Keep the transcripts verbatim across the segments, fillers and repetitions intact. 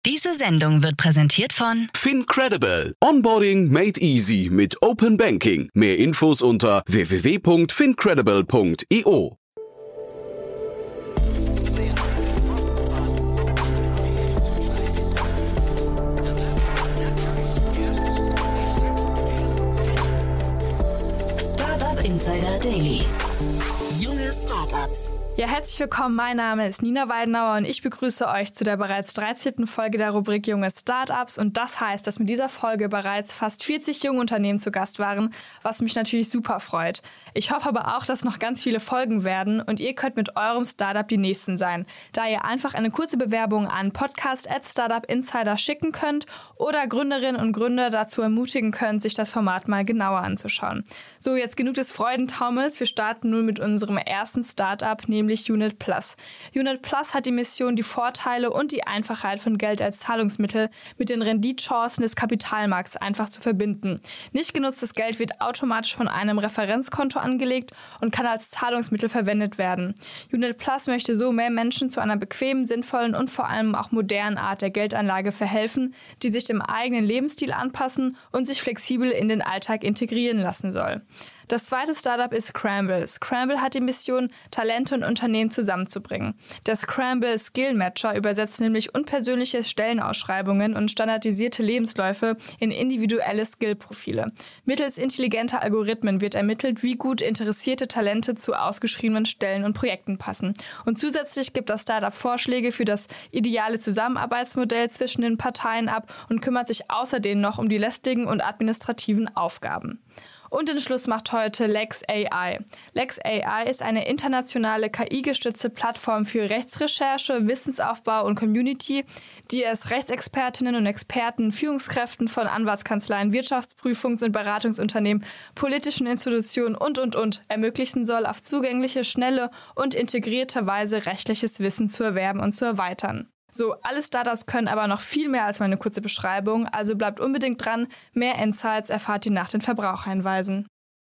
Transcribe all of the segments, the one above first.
Diese Sendung wird präsentiert von FinCredible. Onboarding made easy mit Open Banking. Mehr Infos unter w w w punkt fincredible punkt i o. Startup Insider Daily. Junge Startups. Ja, herzlich willkommen. Mein Name ist Nina Weidenauer und ich begrüße euch zu der bereits dreizehnten Folge der Rubrik Junge Startups. Und das heißt, dass mit dieser Folge bereits fast vierzig junge Unternehmen zu Gast waren, was mich natürlich super freut. Ich hoffe aber auch, dass noch ganz viele Folgen werden und ihr könnt mit eurem Startup die nächsten sein, da ihr einfach eine kurze Bewerbung an podcast at startup insider schicken könnt oder Gründerinnen und Gründer dazu ermutigen könnt, sich das Format mal genauer anzuschauen. So, jetzt genug des Freudentaumels. Wir starten nun mit unserem ersten Startup, nämlich nämlich Unit Plus. Unit Plus hat die Mission, die Vorteile und die Einfachheit von Geld als Zahlungsmittel mit den Renditchancen des Kapitalmarkts einfach zu verbinden. Nicht genutztes Geld wird automatisch von einem Referenzkonto angelegt und kann als Zahlungsmittel verwendet werden. Unit Plus möchte so mehr Menschen zu einer bequemen, sinnvollen und vor allem auch modernen Art der Geldanlage verhelfen, die sich dem eigenen Lebensstil anpassen und sich flexibel in den Alltag integrieren lassen soll. Das zweite Startup ist Scramble. Scramble hat die Mission, Talente und Unternehmen zusammenzubringen. Der Scramble Skill Matcher übersetzt nämlich unpersönliche Stellenausschreibungen und standardisierte Lebensläufe in individuelle Skillprofile. Mittels intelligenter Algorithmen wird ermittelt, wie gut interessierte Talente zu ausgeschriebenen Stellen und Projekten passen. Und zusätzlich gibt das Startup Vorschläge für das ideale Zusammenarbeitsmodell zwischen den Parteien ab und kümmert sich außerdem noch um die lästigen und administrativen Aufgaben. Und den Schluss macht heute Lex A I. Lex A I ist eine internationale K I-gestützte Plattform für Rechtsrecherche, Wissensaufbau und Community, die es Rechtsexpertinnen und Experten, Führungskräften von Anwaltskanzleien, Wirtschaftsprüfungs- und Beratungsunternehmen, politischen Institutionen und, und, und ermöglichen soll, auf zugängliche, schnelle und integrierte Weise rechtliches Wissen zu erwerben und zu erweitern. So, alle Startups können aber noch viel mehr als meine kurze Beschreibung, also bleibt unbedingt dran. Mehr Insights erfahrt ihr nach den Verbraucherhinweisen.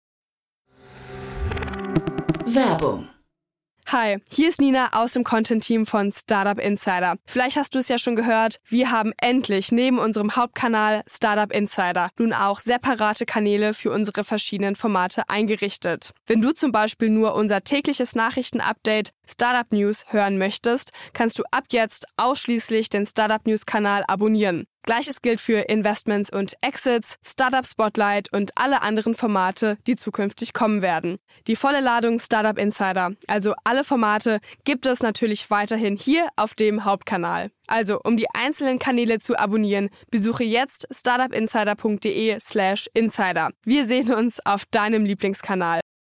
Werbung. Hi, hier ist Nina aus dem Content-Team von Startup Insider. Vielleicht hast du es ja schon gehört, wir haben endlich neben unserem Hauptkanal Startup Insider nun auch separate Kanäle für unsere verschiedenen Formate eingerichtet. Wenn du zum Beispiel nur unser tägliches Nachrichtenupdate Startup News hören möchtest, kannst du ab jetzt ausschließlich den Startup News Kanal abonnieren. Gleiches gilt für Investments und Exits, Startup Spotlight und alle anderen Formate, die zukünftig kommen werden. Die volle Ladung Startup Insider, also alle Formate, gibt es natürlich weiterhin hier auf dem Hauptkanal. Also, um die einzelnen Kanäle zu abonnieren, besuche jetzt startupinsider punkt de slash insider. Wir sehen uns auf deinem Lieblingskanal.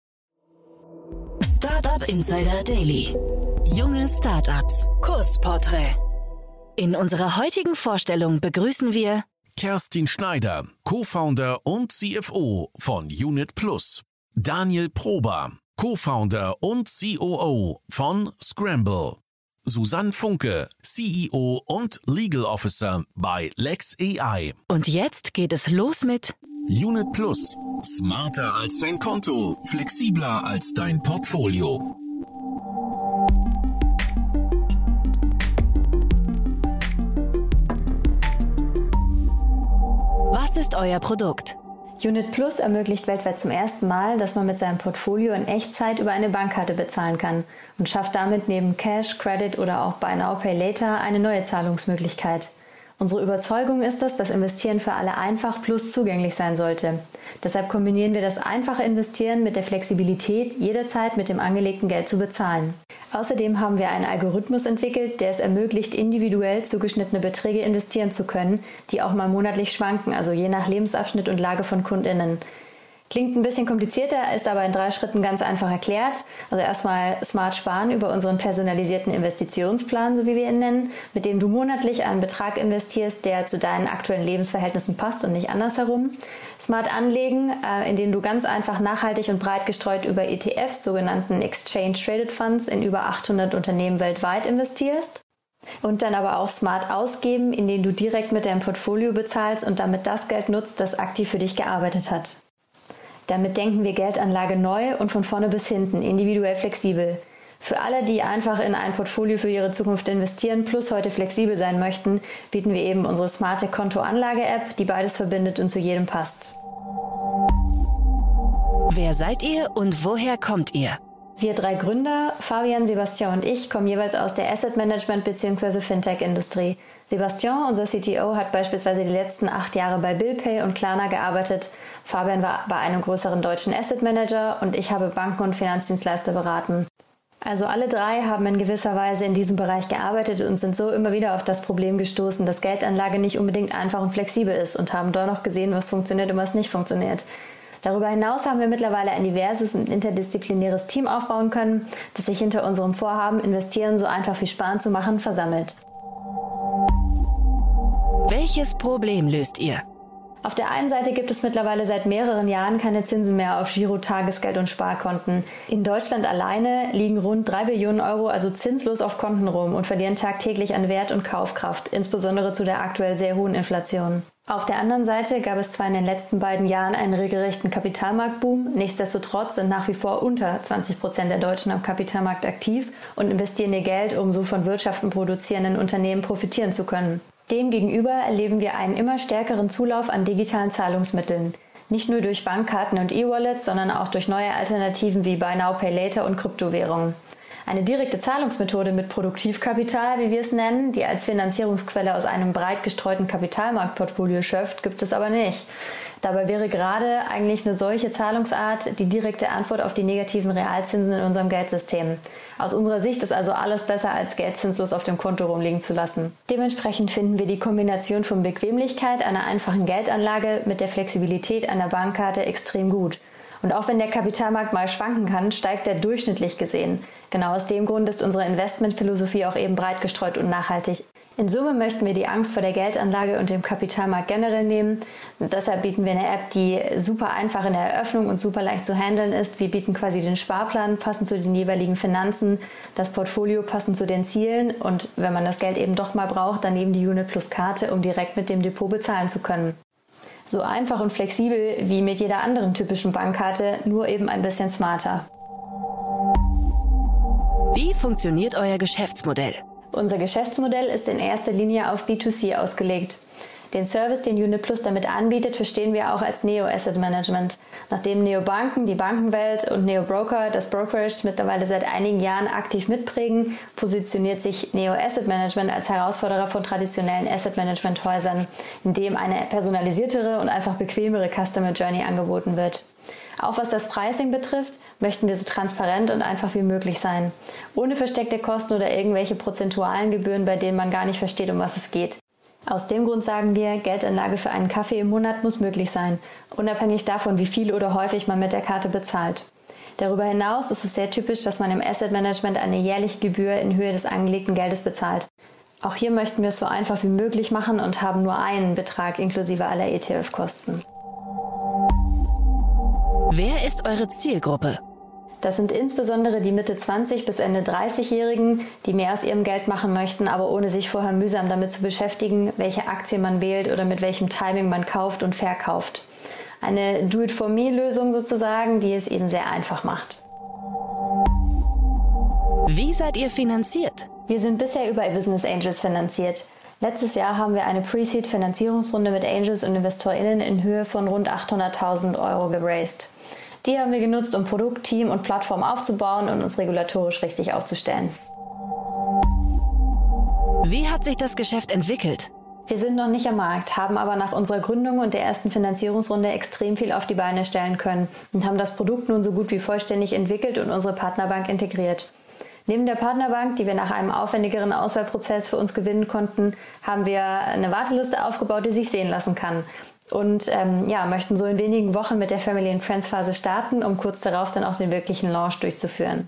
Startup Insider Daily. Junge Startups. Kurzporträt. In unserer heutigen Vorstellung begrüßen wir Kerstin Schneider, Co-Founder und C F O von Unit Plus. Daniel Prober, Co-Founder und C O O von Scramble. Susanne Funke, C E O und Legal Officer bei Lex A I. Und jetzt geht es los mit Unit Plus. Smarter als dein Konto, flexibler als dein Portfolio. Was ist euer Produkt? Unit Plus ermöglicht weltweit zum ersten Mal, dass man mit seinem Portfolio in Echtzeit über eine Bankkarte bezahlen kann und schafft damit neben Cash, Credit oder auch Buy Now Pay Later eine neue Zahlungsmöglichkeit. Unsere Überzeugung ist es, dass Investieren für alle einfach plus zugänglich sein sollte. Deshalb kombinieren wir das einfache Investieren mit der Flexibilität, jederzeit mit dem angelegten Geld zu bezahlen. Außerdem haben wir einen Algorithmus entwickelt, der es ermöglicht, individuell zugeschnittene Beträge investieren zu können, die auch mal monatlich schwanken, also je nach Lebensabschnitt und Lage von KundInnen. Klingt ein bisschen komplizierter, ist aber in drei Schritten ganz einfach erklärt. Also erstmal smart sparen über unseren personalisierten Investitionsplan, so wie wir ihn nennen, mit dem du monatlich einen Betrag investierst, der zu deinen aktuellen Lebensverhältnissen passt und nicht andersherum. Smart anlegen, äh, indem du ganz einfach nachhaltig und breit gestreut über E T Fs, sogenannten Exchange Traded Funds, in über achthundert Unternehmen weltweit investierst. Und dann aber auch smart ausgeben, indem du direkt mit deinem Portfolio bezahlst und damit das Geld nutzt, das aktiv für dich gearbeitet hat. Damit denken wir Geldanlage neu und von vorne bis hinten, individuell flexibel. Für alle, die einfach in ein Portfolio für ihre Zukunft investieren, plus heute flexibel sein möchten, bieten wir eben unsere smarte Kontoanlage-App, die beides verbindet und zu jedem passt. Wer seid ihr und woher kommt ihr? Wir drei Gründer, Fabian, Sebastian und ich, kommen jeweils aus der Asset Management bzw. Fintech-Industrie. Sebastian, unser C T O, hat beispielsweise die letzten acht Jahre bei Billpay und Klarna gearbeitet. Fabian war bei einem größeren deutschen Asset Manager und ich habe Banken und Finanzdienstleister beraten. Also alle drei haben in gewisser Weise in diesem Bereich gearbeitet und sind so immer wieder auf das Problem gestoßen, dass Geldanlage nicht unbedingt einfach und flexibel ist und haben dort noch gesehen, was funktioniert und was nicht funktioniert. Darüber hinaus haben wir mittlerweile ein diverses und interdisziplinäres Team aufbauen können, das sich hinter unserem Vorhaben, Investieren so einfach wie Sparen zu machen, versammelt. Welches Problem löst ihr? Auf der einen Seite gibt es mittlerweile seit mehreren Jahren keine Zinsen mehr auf Giro, Tagesgeld und Sparkonten. In Deutschland alleine liegen rund drei Billionen Euro also zinslos auf Konten rum und verlieren tagtäglich an Wert und Kaufkraft, insbesondere zu der aktuell sehr hohen Inflation. Auf der anderen Seite gab es zwar in den letzten beiden Jahren einen regelrechten Kapitalmarktboom, nichtsdestotrotz sind nach wie vor unter zwanzig Prozent der Deutschen am Kapitalmarkt aktiv und investieren ihr Geld, um so von Wirtschaften produzierenden Unternehmen profitieren zu können. Demgegenüber erleben wir einen immer stärkeren Zulauf an digitalen Zahlungsmitteln. Nicht nur durch Bankkarten und E-Wallets, sondern auch durch neue Alternativen wie Buy Now, Pay Later und Kryptowährungen. Eine direkte Zahlungsmethode mit Produktivkapital, wie wir es nennen, die als Finanzierungsquelle aus einem breit gestreuten Kapitalmarktportfolio schöpft, gibt es aber nicht. Dabei wäre gerade eigentlich eine solche Zahlungsart die direkte Antwort auf die negativen Realzinsen in unserem Geldsystem. Aus unserer Sicht ist also alles besser, als Geld zinslos auf dem Konto rumliegen zu lassen. Dementsprechend finden wir die Kombination von Bequemlichkeit einer einfachen Geldanlage mit der Flexibilität einer Bankkarte extrem gut. Und auch wenn der Kapitalmarkt mal schwanken kann, steigt er durchschnittlich gesehen. Genau aus dem Grund ist unsere Investmentphilosophie auch eben breit gestreut und nachhaltig. In Summe möchten wir die Angst vor der Geldanlage und dem Kapitalmarkt generell nehmen. Und deshalb bieten wir eine App, die super einfach in der Eröffnung und super leicht zu handeln ist. Wir bieten quasi den Sparplan passend zu den jeweiligen Finanzen, das Portfolio passend zu den Zielen und wenn man das Geld eben doch mal braucht, dann eben die Unit Plus Karte, um direkt mit dem Depot bezahlen zu können. So einfach und flexibel wie mit jeder anderen typischen Bankkarte, nur eben ein bisschen smarter. Wie funktioniert euer Geschäftsmodell? Unser Geschäftsmodell ist in erster Linie auf B zwei C ausgelegt. Den Service, den Unit Plus damit anbietet, verstehen wir auch als Neo Asset Management. Nachdem Neobanken, die Bankenwelt und Neo Broker das Brokerage mittlerweile seit einigen Jahren aktiv mitprägen, positioniert sich Neo Asset Management als Herausforderer von traditionellen Asset Management Häusern, in dem eine personalisiertere und einfach bequemere Customer Journey angeboten wird. Auch was das Pricing betrifft, möchten wir so transparent und einfach wie möglich sein. Ohne versteckte Kosten oder irgendwelche prozentualen Gebühren, bei denen man gar nicht versteht, um was es geht. Aus dem Grund sagen wir, Geldanlage für einen Kaffee im Monat muss möglich sein, unabhängig davon, wie viel oder häufig man mit der Karte bezahlt. Darüber hinaus ist es sehr typisch, dass man im Asset Management eine jährliche Gebühr in Höhe des angelegten Geldes bezahlt. Auch hier möchten wir es so einfach wie möglich machen und haben nur einen Betrag inklusive aller E T F-Kosten. Wer ist eure Zielgruppe? Das sind insbesondere die Mitte zwanzig bis Ende dreißig-Jährigen, die mehr aus ihrem Geld machen möchten, aber ohne sich vorher mühsam damit zu beschäftigen, welche Aktie man wählt oder mit welchem Timing man kauft und verkauft. Eine Do-it-for-me-Lösung sozusagen, die es ihnen sehr einfach macht. Wie seid ihr finanziert? Wir sind bisher über Business Angels finanziert. Letztes Jahr haben wir eine Pre-Seed-Finanzierungsrunde mit Angels und InvestorInnen in Höhe von rund achthunderttausend Euro geraced. Die haben wir genutzt, um Produkt, Team und Plattform aufzubauen und uns regulatorisch richtig aufzustellen. Wie hat sich das Geschäft entwickelt? Wir sind noch nicht am Markt, haben aber nach unserer Gründung und der ersten Finanzierungsrunde extrem viel auf die Beine stellen können und haben das Produkt nun so gut wie vollständig entwickelt und unsere Partnerbank integriert. Neben der Partnerbank, die wir nach einem aufwendigeren Auswahlprozess für uns gewinnen konnten, haben wir eine Warteliste aufgebaut, die sich sehen lassen kann. Und ähm, ja, möchten so in wenigen Wochen mit der Family and Friends Phase starten, um kurz darauf dann auch den wirklichen Launch durchzuführen.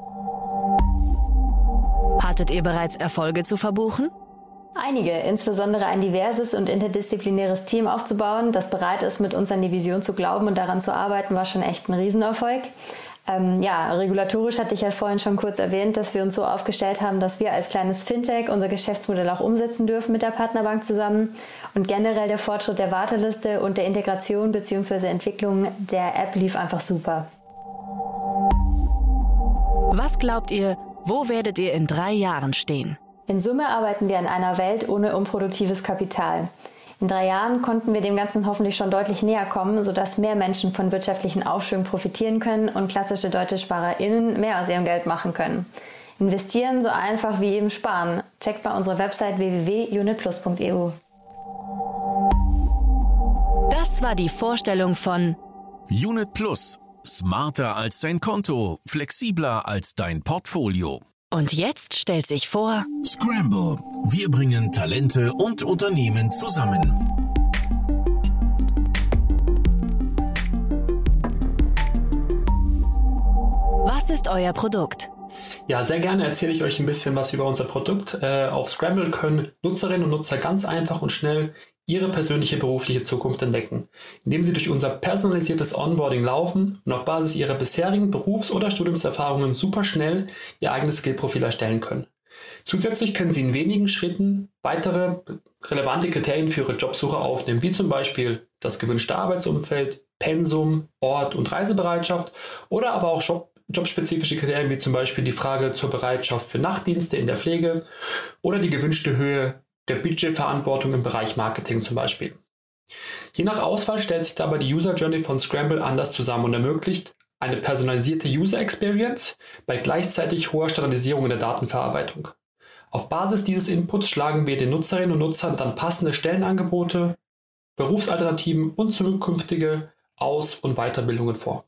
Hattet ihr bereits Erfolge zu verbuchen? Einige, insbesondere ein diverses und interdisziplinäres Team aufzubauen, das bereit ist, mit uns an die Vision zu glauben und daran zu arbeiten, war schon echt ein Riesenerfolg. Ähm, ja, regulatorisch hatte ich ja vorhin schon kurz erwähnt, dass wir uns so aufgestellt haben, dass wir als kleines Fintech unser Geschäftsmodell auch umsetzen dürfen mit der Partnerbank zusammen. Und generell der Fortschritt der Warteliste und der Integration bzw. Entwicklung der App lief einfach super. Was glaubt ihr, Wo werdet ihr in drei Jahren stehen? In Summe arbeiten wir in einer Welt ohne unproduktives Kapital. In drei Jahren konnten wir dem Ganzen hoffentlich schon deutlich näher kommen, sodass mehr Menschen von wirtschaftlichen Aufschwung profitieren können und klassische deutsche SparerInnen mehr aus ihrem Geld machen können. Investieren so einfach wie eben sparen. Checkt bei unserer Website w w w punkt unit plus punkt e u. Das war die Vorstellung von Unit Plus. Smarter als dein Konto, flexibler als dein Portfolio. Und jetzt stellt sich vor Scramble. Wir bringen Talente und Unternehmen zusammen. Was ist euer Produkt? Ja, sehr gerne erzähle ich euch ein bisschen was über unser Produkt. Äh, auf Scramble können Nutzerinnen und Nutzer ganz einfach und schnell ihre persönliche berufliche Zukunft entdecken, indem sie durch unser personalisiertes Onboarding laufen und auf Basis ihrer bisherigen Berufs- oder Studiumserfahrungen super schnell ihr eigenes Skillprofil erstellen können. Zusätzlich können sie in wenigen Schritten weitere relevante Kriterien für ihre Jobsuche aufnehmen, wie zum Beispiel das gewünschte Arbeitsumfeld, Pensum, Ort und Reisebereitschaft oder aber auch Job jobspezifische Kriterien wie zum Beispiel die Frage zur Bereitschaft für Nachtdienste in der Pflege oder die gewünschte Höhe der Budgetverantwortung im Bereich Marketing zum Beispiel. Je nach Auswahl stellt sich dabei die User Journey von Scramble anders zusammen und ermöglicht eine personalisierte User Experience bei gleichzeitig hoher Standardisierung in der Datenverarbeitung. Auf Basis dieses Inputs schlagen wir den Nutzerinnen und Nutzern dann passende Stellenangebote, Berufsalternativen und zukünftige Aus- und Weiterbildungen vor.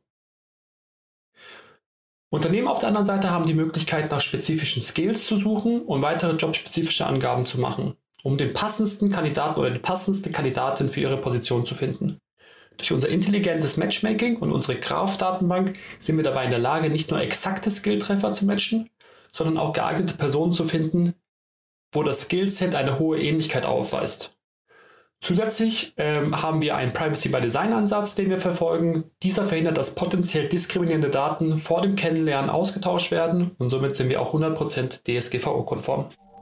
Unternehmen auf der anderen Seite haben die Möglichkeit, nach spezifischen Skills zu suchen und weitere jobspezifische Angaben zu machen, um den passendsten Kandidaten oder die passendste Kandidatin für ihre Position zu finden. Durch unser intelligentes Matchmaking und unsere Graph-Datenbank sind wir dabei in der Lage, nicht nur exakte Skilltreffer zu matchen, sondern auch geeignete Personen zu finden, wo das Skillset eine hohe Ähnlichkeit aufweist. Zusätzlich ähm, haben wir einen Privacy-by-Design-Ansatz, den wir verfolgen. Dieser verhindert, dass potenziell diskriminierende Daten vor dem Kennenlernen ausgetauscht werden und somit sind wir auch hundert Prozent D S G V O-konform.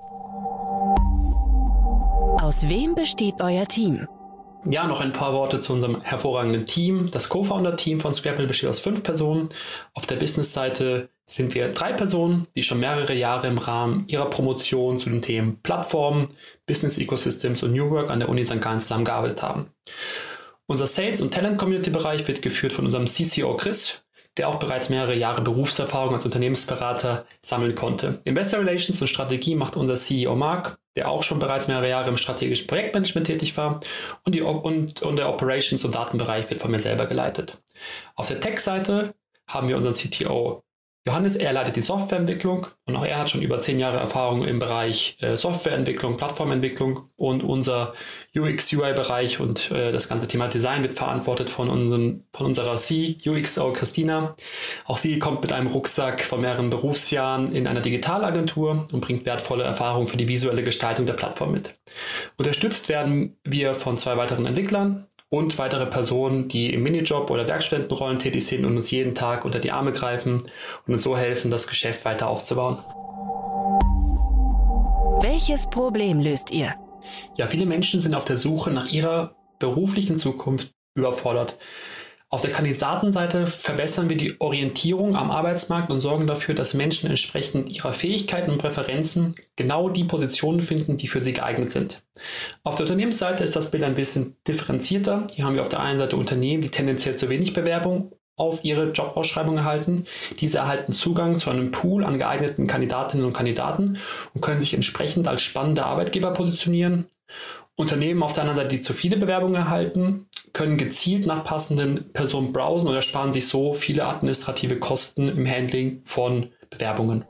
Aus wem besteht euer Team? Ja, noch ein paar Worte zu unserem hervorragenden Team. Das Co-Founder-Team von Scramble besteht aus fünf Personen. Auf der Business-Seite sind wir drei Personen, die schon mehrere Jahre im Rahmen ihrer Promotion zu den Themen Plattformen, Business Ecosystems und New Work an der Uni Sankt Gallen zusammengearbeitet haben. Unser Sales- und Talent-Community-Bereich wird geführt von unserem C C O Chris, der auch bereits mehrere Jahre Berufserfahrung als Unternehmensberater sammeln konnte. Investor Relations und Strategie macht unser C E O Mark, der auch schon bereits mehrere Jahre im strategischen Projektmanagement tätig war. Und, die, und, und der Operations- und Datenbereich wird von mir selber geleitet. Auf der Tech-Seite haben wir unseren C T O Johannes, er leitet die Softwareentwicklung und auch er hat schon über zehn Jahre Erfahrung im Bereich äh, Softwareentwicklung, Plattformentwicklung und unser U X U I-Bereich und äh, das ganze Thema Design wird verantwortet von, unserem, von unserer C U X O Christina. Auch sie kommt mit einem Rucksack von mehreren Berufsjahren in einer Digitalagentur und bringt wertvolle Erfahrungen für die visuelle Gestaltung der Plattform mit. Unterstützt werden wir von zwei weiteren Entwicklern und weitere Personen, die im Minijob oder Werkstudentenrollen tätig sind und uns jeden Tag unter die Arme greifen und uns so helfen, das Geschäft weiter aufzubauen. Welches Problem löst ihr? Ja, viele Menschen sind auf der Suche nach ihrer beruflichen Zukunft überfordert. Auf der Kandidatenseite verbessern wir die Orientierung am Arbeitsmarkt und sorgen dafür, dass Menschen entsprechend ihrer Fähigkeiten und Präferenzen genau die Positionen finden, die für sie geeignet sind. Auf der Unternehmensseite ist das Bild ein bisschen differenzierter. Hier haben wir auf der einen Seite Unternehmen, die tendenziell zu wenig Bewerbung auf ihre Jobausschreibung erhalten. Diese erhalten Zugang zu einem Pool an geeigneten Kandidatinnen und Kandidaten und können sich entsprechend als spannende Arbeitgeber positionieren. Unternehmen auf der anderen Seite, die zu viele Bewerbungen erhalten, können gezielt nach passenden Personen browsen oder sparen sich so viele administrative Kosten im Handling von Bewerbungen.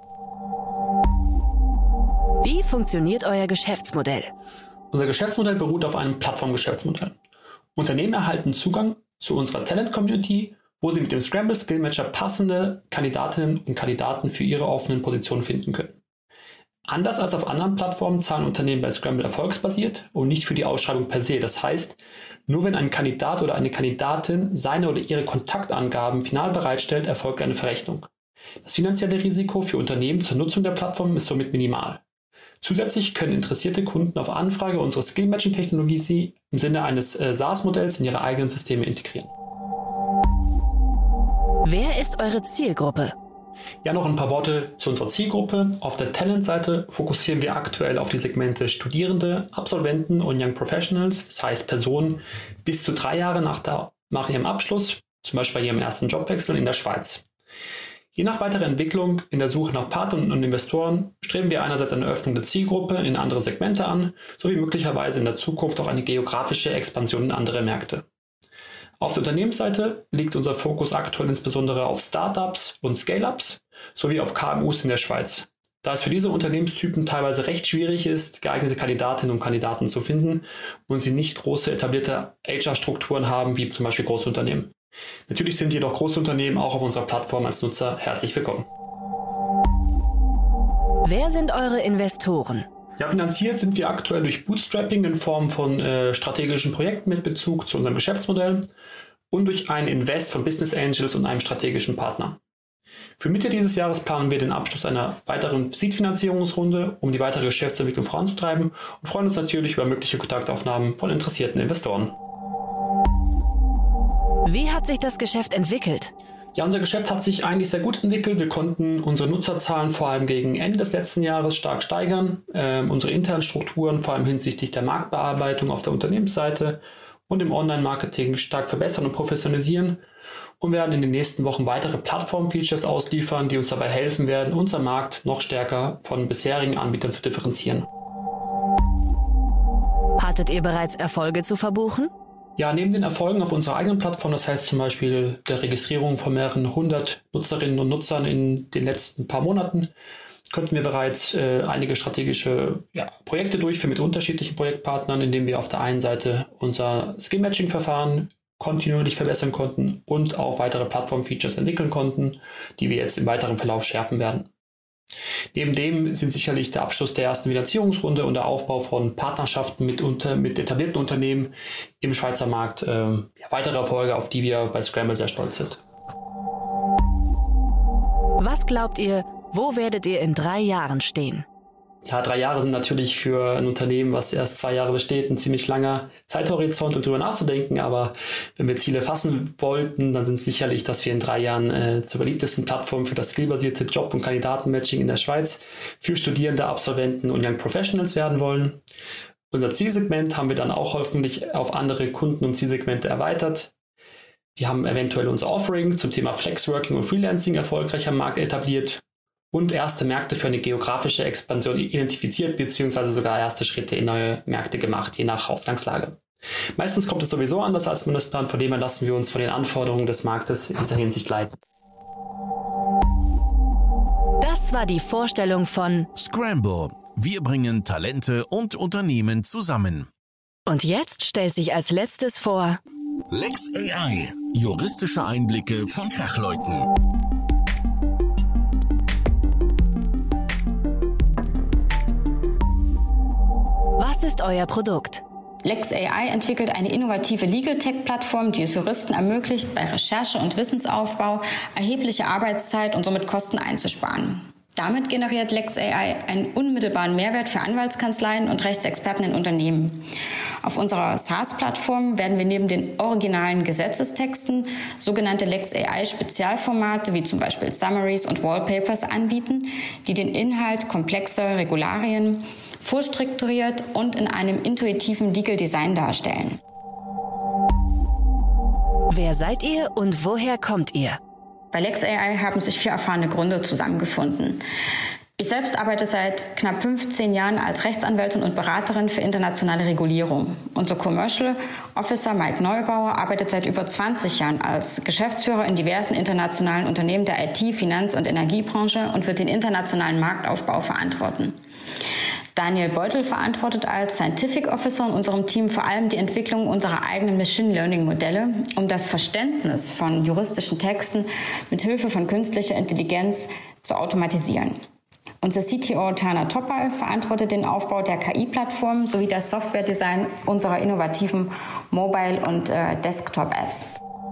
Wie funktioniert euer Geschäftsmodell? Unser Geschäftsmodell beruht auf einem Plattformgeschäftsmodell. Unternehmen erhalten Zugang zu unserer Talent-Community, wo sie mit dem Scramble Skill Matcher passende Kandidatinnen und Kandidaten für ihre offenen Positionen finden können. Anders als auf anderen Plattformen zahlen Unternehmen bei Scramble erfolgsbasiert und nicht für die Ausschreibung per se. Das heißt, nur wenn ein Kandidat oder eine Kandidatin seine oder ihre Kontaktangaben final bereitstellt, erfolgt eine Verrechnung. Das finanzielle Risiko für Unternehmen zur Nutzung der Plattform ist somit minimal. Zusätzlich können interessierte Kunden auf Anfrage unsere Skill-Matching-Technologie sie im Sinne eines äh, SaaS-Modells in ihre eigenen Systeme integrieren. Wer ist eure Zielgruppe? Ja, noch ein paar Worte zu unserer Zielgruppe. Auf der Talent-Seite fokussieren wir aktuell auf die Segmente Studierende, Absolventen und Young Professionals, das heißt Personen bis zu drei Jahre nach, der, nach ihrem Abschluss, zum Beispiel bei ihrem ersten Jobwechsel in der Schweiz. Je nach weiterer Entwicklung in der Suche nach Partnern und Investoren streben wir einerseits eine Öffnung der Zielgruppe in andere Segmente an, sowie möglicherweise in der Zukunft auch eine geografische Expansion in andere Märkte. Auf der Unternehmensseite liegt unser Fokus aktuell insbesondere auf Startups und Scale-Ups sowie auf K M Us in der Schweiz. Da es für diese Unternehmenstypen teilweise recht schwierig ist, geeignete Kandidatinnen und Kandidaten zu finden und sie nicht große etablierte H R-Strukturen haben, wie zum Beispiel Großunternehmen. Natürlich sind jedoch Großunternehmen auch auf unserer Plattform als Nutzer herzlich willkommen. Wer sind eure Investoren? Ja, finanziert sind wir aktuell durch Bootstrapping in Form von äh, strategischen Projekten mit Bezug zu unserem Geschäftsmodell und durch einen Invest von Business Angels und einem strategischen Partner. Für Mitte dieses Jahres planen wir den Abschluss einer weiteren Seed-Finanzierungsrunde, um die weitere Geschäftsentwicklung voranzutreiben und freuen uns natürlich über mögliche Kontaktaufnahmen von interessierten Investoren. Wie hat sich das Geschäft entwickelt? Ja, unser Geschäft hat sich eigentlich sehr gut entwickelt. Wir konnten unsere Nutzerzahlen vor allem gegen Ende des letzten Jahres stark steigern, ähm, unsere internen Strukturen vor allem hinsichtlich der Marktbearbeitung auf der Unternehmensseite und im Online-Marketing stark verbessern und professionalisieren und werden in den nächsten Wochen weitere Plattform-Features ausliefern, die uns dabei helfen werden, unseren Markt noch stärker von bisherigen Anbietern zu differenzieren. Hattet ihr bereits Erfolge zu verbuchen? Ja, neben den Erfolgen auf unserer eigenen Plattform, das heißt zum Beispiel der Registrierung von mehreren hundert Nutzerinnen und Nutzern in den letzten paar Monaten, konnten wir bereits äh, einige strategische ja, Projekte durchführen mit unterschiedlichen Projektpartnern, indem wir auf der einen Seite unser Skill-Matching-Verfahren kontinuierlich verbessern konnten und auch weitere Plattform-Features entwickeln konnten, die wir jetzt im weiteren Verlauf schärfen werden. Neben dem sind sicherlich der Abschluss der ersten Finanzierungsrunde und der Aufbau von Partnerschaften mit, unter, mit etablierten Unternehmen im Schweizer Markt äh, ja, weitere Erfolge, auf die wir bei Scramble sehr stolz sind. Was glaubt ihr, wo werdet ihr in drei Jahren stehen? Ja, drei Jahre sind natürlich für ein Unternehmen, was erst zwei Jahre besteht, ein ziemlich langer Zeithorizont, um darüber nachzudenken. Aber wenn wir Ziele fassen wollten, dann sind es sicherlich, dass wir in drei Jahren äh, zur beliebtesten Plattform für das skillbasierte Job- und Kandidatenmatching in der Schweiz für Studierende, Absolventen und Young Professionals werden wollen. Unser Zielsegment haben wir dann auch hoffentlich auf andere Kunden und Zielsegmente erweitert. Wir haben eventuell unser Offering zum Thema Flexworking und Freelancing erfolgreich am Markt etabliert und erste Märkte für eine geografische Expansion identifiziert bzw. sogar erste Schritte in neue Märkte gemacht, je nach Ausgangslage. Meistens kommt es sowieso anders, als man das plant, von dem her lassen wir uns von den Anforderungen des Marktes in dieser Hinsicht leiten. Das war die Vorstellung von Scramble. Wir bringen Talente und Unternehmen zusammen. Und jetzt stellt sich als letztes vor Lex A I. Juristische Einblicke von Fachleuten. Was ist euer Produkt? Lex A I entwickelt eine innovative Legal Tech-Plattform, die es Juristen ermöglicht, bei Recherche und Wissensaufbau erhebliche Arbeitszeit und somit Kosten einzusparen. Damit generiert Lex A I einen unmittelbaren Mehrwert für Anwaltskanzleien und Rechtsexperten in Unternehmen. Auf unserer SaaS-Plattform werden wir neben den originalen Gesetzestexten sogenannte Lex A I-Spezialformate wie zum Beispiel Summaries und Wallpapers anbieten, die den Inhalt komplexer Regularien vorstrukturiert und in einem intuitiven Legal Design darstellen. Wer seid ihr und woher kommt ihr? Bei Lex A I haben sich vier erfahrene Gründer zusammengefunden. Ich selbst arbeite seit knapp fünfzehn Jahren als Rechtsanwältin und Beraterin für internationale Regulierung. Unser Commercial Officer Mike Neubauer arbeitet seit über zwanzig Jahren als Geschäftsführer in diversen internationalen Unternehmen der I T-, Finanz- und Energiebranche und wird den internationalen Marktaufbau verantworten. Daniel Beutel verantwortet als Scientific Officer in unserem Team vor allem die Entwicklung unserer eigenen Machine Learning Modelle, um das Verständnis von juristischen Texten mit Hilfe von künstlicher Intelligenz zu automatisieren. Unser C T O Tana Topal verantwortet den Aufbau der K I-Plattform sowie das Software-Design unserer innovativen Mobile- und äh, Desktop-Apps.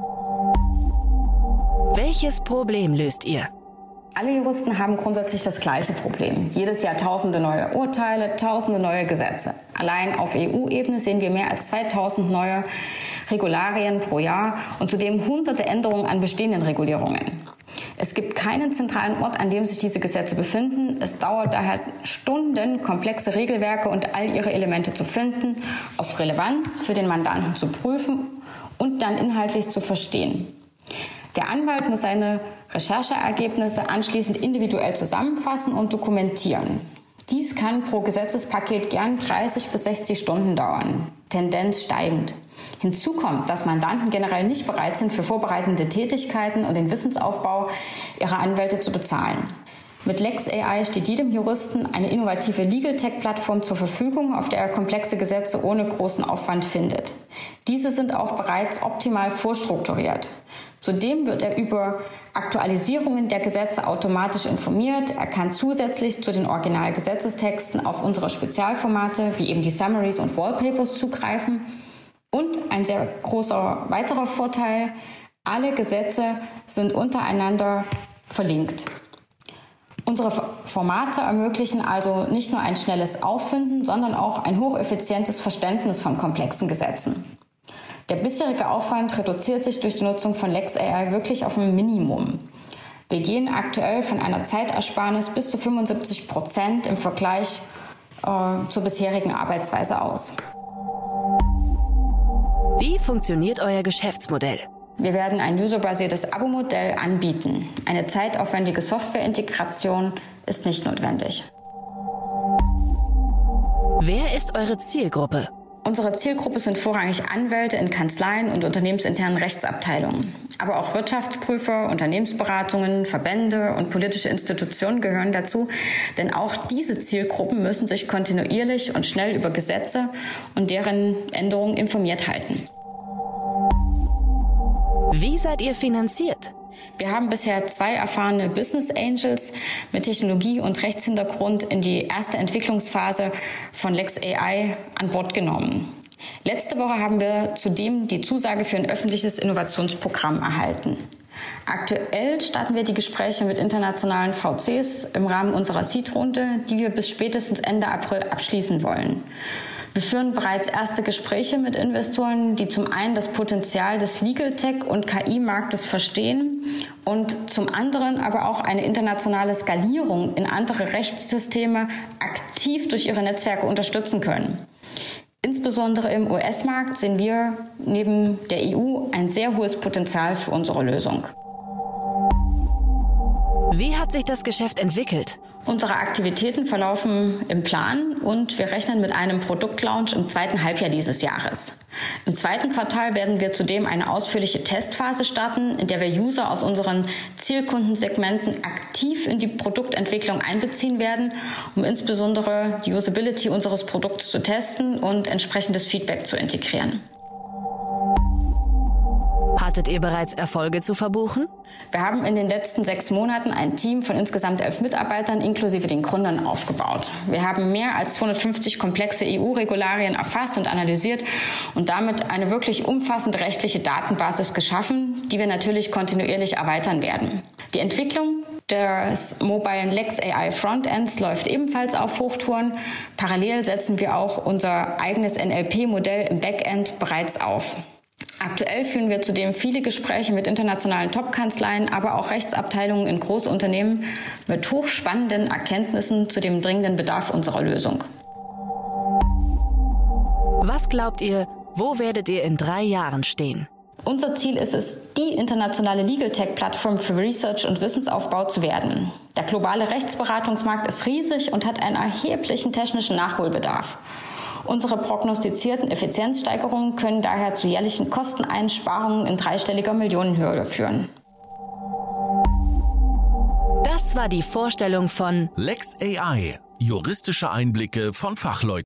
Welches Problem löst ihr? Alle Juristen haben grundsätzlich das gleiche Problem. Jedes Jahr tausende neue Urteile, tausende neue Gesetze. Allein auf E U-Ebene sehen wir mehr als zweitausend neue Regularien pro Jahr und zudem hunderte Änderungen an bestehenden Regulierungen. Es gibt keinen zentralen Ort, an dem sich diese Gesetze befinden. Es dauert daher Stunden, komplexe Regelwerke und all ihre Elemente zu finden, auf Relevanz für den Mandanten zu prüfen und dann inhaltlich zu verstehen. Der Anwalt muss seine Rechercheergebnisse anschließend individuell zusammenfassen und dokumentieren. Dies kann pro Gesetzespaket gern dreißig bis sechzig Stunden dauern, Tendenz steigend. Hinzu kommt, dass Mandanten generell nicht bereit sind, für vorbereitende Tätigkeiten und den Wissensaufbau ihrer Anwälte zu bezahlen. Mit Lex A I steht jedem Juristen eine innovative Legal-Tech-Plattform zur Verfügung, auf der er komplexe Gesetze ohne großen Aufwand findet. Diese sind auch bereits optimal vorstrukturiert. Zudem wird er über Aktualisierungen der Gesetze automatisch informiert. Er kann zusätzlich zu den Originalgesetzestexten auf unsere Spezialformate, wie eben die Summaries und Wallpapers, zugreifen. Und ein sehr großer weiterer Vorteil, alle Gesetze sind untereinander verlinkt. Unsere Formate ermöglichen also nicht nur ein schnelles Auffinden, sondern auch ein hocheffizientes Verständnis von komplexen Gesetzen. Der bisherige Aufwand reduziert sich durch die Nutzung von Lex A I wirklich auf ein Minimum. Wir gehen aktuell von einer Zeitersparnis bis zu fünfundsiebzig Prozent im Vergleich äh, zur bisherigen Arbeitsweise aus. Wie funktioniert euer Geschäftsmodell? Wir werden ein userbasiertes Abo-Modell anbieten. Eine zeitaufwendige Softwareintegration ist nicht notwendig. Wer ist eure Zielgruppe? Unsere Zielgruppe sind vorrangig Anwälte in Kanzleien und unternehmensinternen Rechtsabteilungen. Aber auch Wirtschaftsprüfer, Unternehmensberatungen, Verbände und politische Institutionen gehören dazu, denn auch diese Zielgruppen müssen sich kontinuierlich und schnell über Gesetze und deren Änderungen informiert halten. Wie seid ihr finanziert? Wir haben bisher zwei erfahrene Business Angels mit Technologie- und Rechtshintergrund in die erste Entwicklungsphase von Lex A I an Bord genommen. Letzte Woche haben wir zudem die Zusage für ein öffentliches Innovationsprogramm erhalten. Aktuell starten wir die Gespräche mit internationalen V Cs im Rahmen unserer Seed-Runde, die wir bis spätestens Ende April abschließen wollen. Wir führen bereits erste Gespräche mit Investoren, die zum einen das Potenzial des Legal Tech und K I-Marktes verstehen und zum anderen aber auch eine internationale Skalierung in andere Rechtssysteme aktiv durch ihre Netzwerke unterstützen können. Insbesondere im U S-Markt sehen wir neben der E U ein sehr hohes Potenzial für unsere Lösung. Wie hat sich das Geschäft entwickelt? Unsere Aktivitäten verlaufen im Plan und wir rechnen mit einem Produktlaunch im zweiten Halbjahr dieses Jahres. Im zweiten Quartal werden wir zudem eine ausführliche Testphase starten, in der wir User aus unseren Zielkundensegmenten aktiv in die Produktentwicklung einbeziehen werden, um insbesondere die Usability unseres Produkts zu testen und entsprechendes Feedback zu integrieren. Hattet ihr bereits Erfolge zu verbuchen? Wir haben in den letzten sechs Monaten ein Team von insgesamt elf Mitarbeitern inklusive den Gründern aufgebaut. Wir haben mehr als zweihundertfünfzig komplexe E U-Regularien erfasst und analysiert und damit eine wirklich umfassende rechtliche Datenbasis geschaffen, die wir natürlich kontinuierlich erweitern werden. Die Entwicklung des mobilen Lex A I Frontends läuft ebenfalls auf Hochtouren. Parallel setzen wir auch unser eigenes N L P-Modell im Backend bereits auf. Aktuell führen wir zudem viele Gespräche mit internationalen Top-Kanzleien, aber auch Rechtsabteilungen in Großunternehmen mit hochspannenden Erkenntnissen zu dem dringenden Bedarf unserer Lösung. Was glaubt ihr, wo werdet ihr in drei Jahren stehen? Unser Ziel ist es, die internationale Legal Tech-Plattform für Research und Wissensaufbau zu werden. Der globale Rechtsberatungsmarkt ist riesig und hat einen erheblichen technischen Nachholbedarf. Unsere prognostizierten Effizienzsteigerungen können daher zu jährlichen Kosteneinsparungen in dreistelliger Millionenhöhe führen. Das war die Vorstellung von Lex A I. Juristische Einblicke von Fachleuten.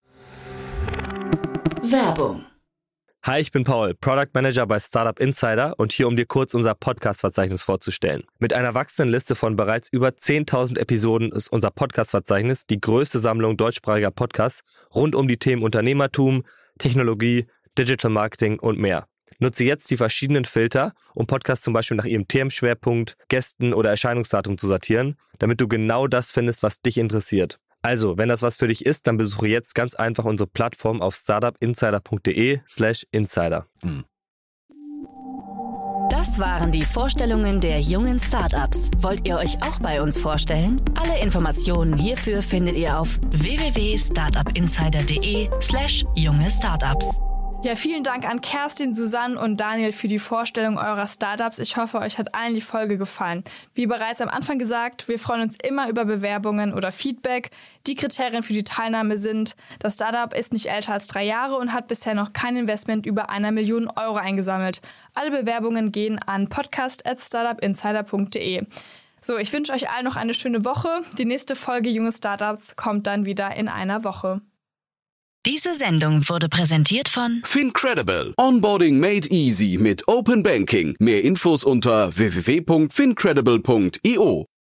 Werbung. Hi, ich bin Paul, Product Manager bei Startup Insider und hier, um dir kurz unser Podcast-Verzeichnis vorzustellen. Mit einer wachsenden Liste von bereits über zehntausend Episoden ist unser Podcast-Verzeichnis die größte Sammlung deutschsprachiger Podcasts rund um die Themen Unternehmertum, Technologie, Digital Marketing und mehr. Nutze jetzt die verschiedenen Filter, um Podcasts zum Beispiel nach ihrem Themenschwerpunkt, Gästen oder Erscheinungsdatum zu sortieren, damit du genau das findest, was dich interessiert. Also, wenn das was für dich ist, dann besuche jetzt ganz einfach unsere Plattform auf startupinsider punkt de slash insider. Das waren die Vorstellungen der jungen Startups. Wollt ihr euch auch bei uns vorstellen? Alle Informationen hierfür findet ihr auf w w w punkt startupinsider punkt de slash junge Startups. Ja, vielen Dank an Kerstin, Susanne und Daniel für die Vorstellung eurer Startups. Ich hoffe, euch hat allen die Folge gefallen. Wie bereits am Anfang gesagt, wir freuen uns immer über Bewerbungen oder Feedback. Die Kriterien für die Teilnahme sind: Das Startup ist nicht älter als drei Jahre und hat bisher noch kein Investment über einer Million Euro eingesammelt. Alle Bewerbungen gehen an podcast at startupinsider punkt de. So, ich wünsche euch allen noch eine schöne Woche. Die nächste Folge Junge Startups kommt dann wieder in einer Woche. Diese Sendung wurde präsentiert von FinCredible. Onboarding made easy mit Open Banking. Mehr Infos unter w w w punkt fincredible punkt i o.